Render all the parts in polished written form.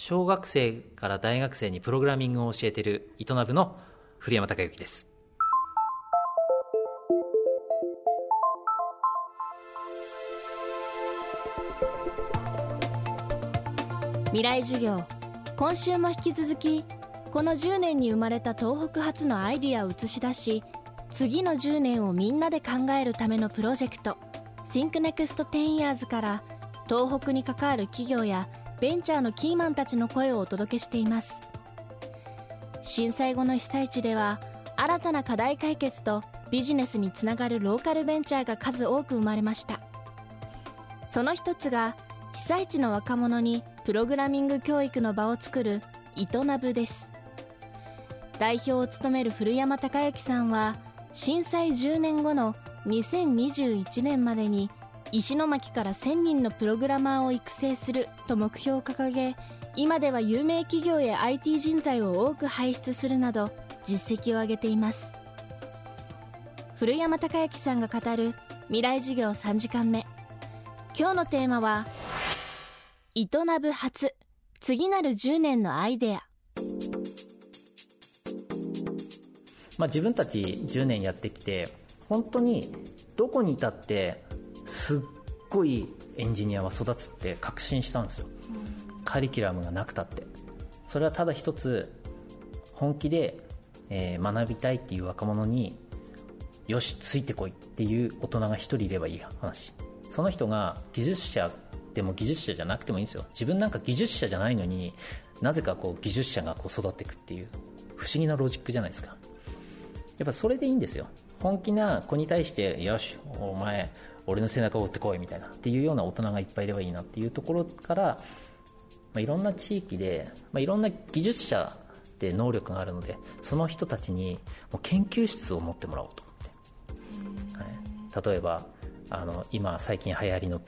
小学生から大学生にプログラミングを教えているイトナブの古山孝之です。 未来授業、今週も引き続きこの10年に生まれた東北発のアイディアを映し出し、次の10年をみんなで考えるためのプロジェクト Think Next 10 Years から東北に関わる企業やベンチャーのキーマンたちの声をお届けしています。震災後の被災地では新たな課題解決とビジネスにつながるローカルベンチャーが数多く生まれました。その一つが被災地の若者にプログラミング教育の場を作るイトナブです。代表を務める古山孝之さんは、震災10年後の2021年までに石巻から1000人のプログラマーを育成すると目標を掲げ、今では有名企業へ IT 人材を多く輩出するなど実績を上げています。古山孝之さんが語る未来事業3時間目、今日のテーマはイトナブ発次なる10年のアイデア。 自分たち10年やってきて、本当にどこにいたってすっごいエンジニアは育つって確信したんですよ。カリキュラムがなくたって、それはただ一つ本気で、学びたいっていう若者によしついてこいっていう大人が一人いればいい話。その人が技術者でも技術者じゃなくてもいいんですよ。自分なんか技術者じゃないのになぜか技術者が育っていくっていう不思議なロジックじゃないですか。やっぱそれでいいんですよ。本気な子に対してよしお前俺の背中を追ってこいみたいなっていうような大人がいっぱいいればいいなっていうところから、いろんな地域で、いろんな技術者って能力があるので、その人たちにもう研究室を持ってもらおうと思って、例えば今最近流行りの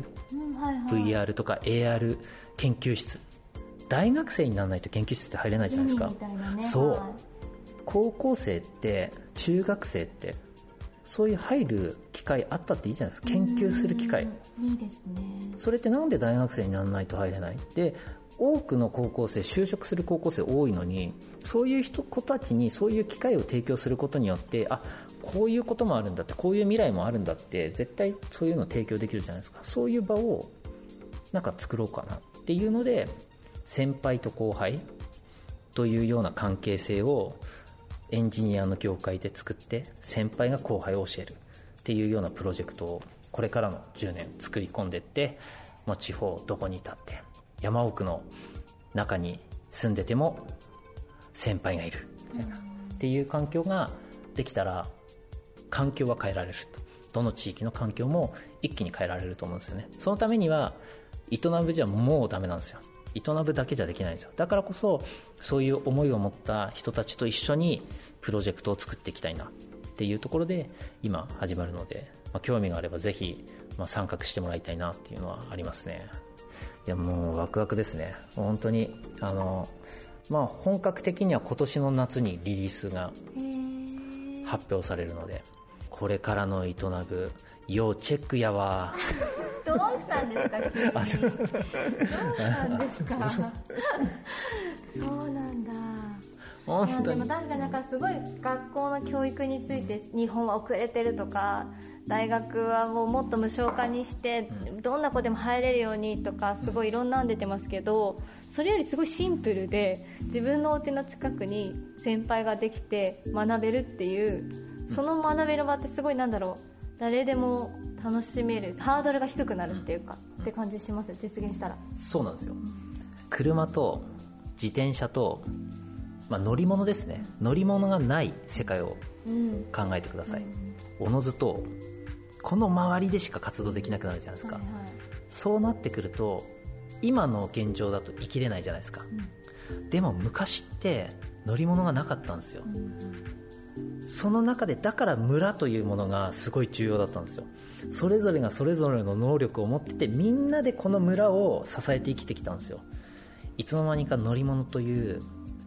VR、VR とか AR 研究室、大学生にならないと研究室って入れないじゃないですか。そう、高校生って中学生ってそういう入る機会あったっていいじゃないですか。研究する機会いいですね。 それってなんで大学生にならないと入れないで、多くの高校生、就職する高校生多いのに、そういう子たちにそういう機会を提供することによって、こういうこともあるんだって、こういう未来もあるんだって、絶対そういうのを提供できるじゃないですか。そういう場を作ろうかなっていうので、先輩と後輩というような関係性をエンジニアの業界で作って、先輩が後輩を教えるっていうようなプロジェクトをこれからの10年作り込んでいって、地方どこにいたって山奥の中に住んでても先輩がいるみたいなっていう環境ができたら、環境は変えられると。どの地域の環境も一気に変えられると思うんですよね。そのためにはイトナブじゃもうダメなんですよ。イトナブだけじゃできないんですよ。だからこそそういう思いを持った人たちと一緒にプロジェクトを作っていきたいなっていうところで今始まるので、興味があればぜひ参画してもらいたいなっていうのはありますね。いやもうワクワクですね。本当に本格的には今年の夏にリリースが発表されるので、これからのイトナブ要チェックやわ。 どうしたんですか急に。どうしたんですかそうなんだ。でも確かにすごい学校の教育について日本は遅れてるとか、大学はもっと無償化にしてどんな子でも入れるようにとか、すごいいろんな案出てますけど、それよりすごいシンプルで、自分のお家の近くに先輩ができて学べるっていう、その学べる場ってすごい誰でも楽しめる、ハードルが低くなるっていうか、って感じしますよ、実現したら。 そうなんですよ。車と自転車と、乗り物ですね。乗り物がない世界を考えてください。おのずとこの周りでしか活動できなくなるじゃないですか、そうなってくると今の現状だと生きれないじゃないですか、でも昔って乗り物がなかったんですよ、その中でだから村というものがすごい重要だったんですよ。それぞれがそれぞれの能力を持ってて、みんなでこの村を支えて生きてきたんですよ。いつの間にか乗り物という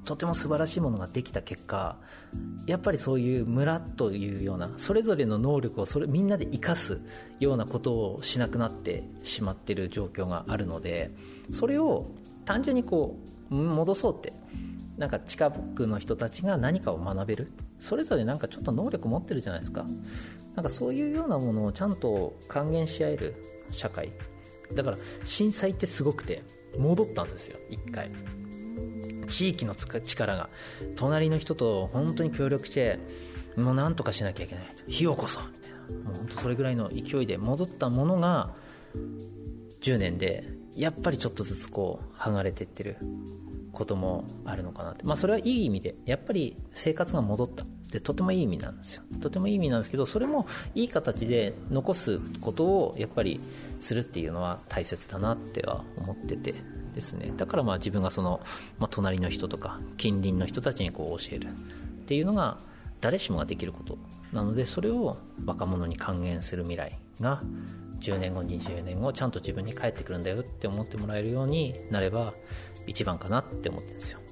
とても素晴らしいものができた結果、やっぱりそういう村というようなそれぞれの能力をみんなで生かすようなことをしなくなってしまっている状況があるので、それを単純に戻そうって、なんか近くの人たちが何かを学べる、それぞれなんかちょっと能力持ってるじゃないですか。なんかそういうようなものをちゃんと還元し合える社会だから、震災ってすごくて戻ったんですよ。一回地域の力が隣の人と本当に協力して、もうなんとかしなきゃいけないと、火を起こそうみたいな、もう本当それぐらいの勢いで戻ったものが10年でやっぱりちょっとずつ剥がれていってることもあるのかなって、それはいい意味でやっぱり生活が戻ったで、とてもいい意味なんですよ。とてもいい意味なんですけど、それもいい形で残すことをやっぱりするっていうのは大切だなっては思っててですね。だから自分が隣の人とか近隣の人たちに教えるっていうのが誰しもができることなので、それを若者に還元する未来が10年後20年後ちゃんと自分に返ってくるんだよって思ってもらえるようになれば一番かなって思ってるんですよ、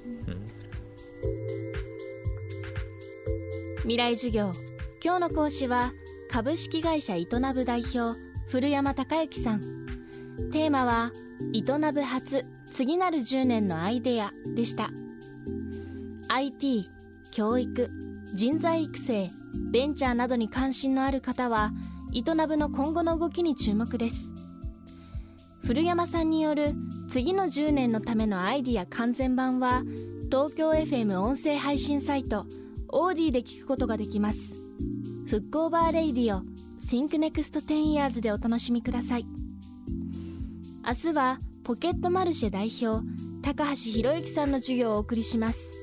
未来授業、今日の講師は株式会社イトナブ代表古山孝之さん。テーマはイトナブ発次なる10年のアイデアでした。 IT、 教育、人材育成、ベンチャーなどに関心のある方はイトナブの今後の動きに注目です。古山さんによる次の10年のためのアイディア完全版は東京 FM 音声配信サイトオーディで聞くことができます。フックオーバーレイディオ Think Next 10 Years でお楽しみください。明日はポケットマルシェ代表高橋博之さんの授業をお送りします。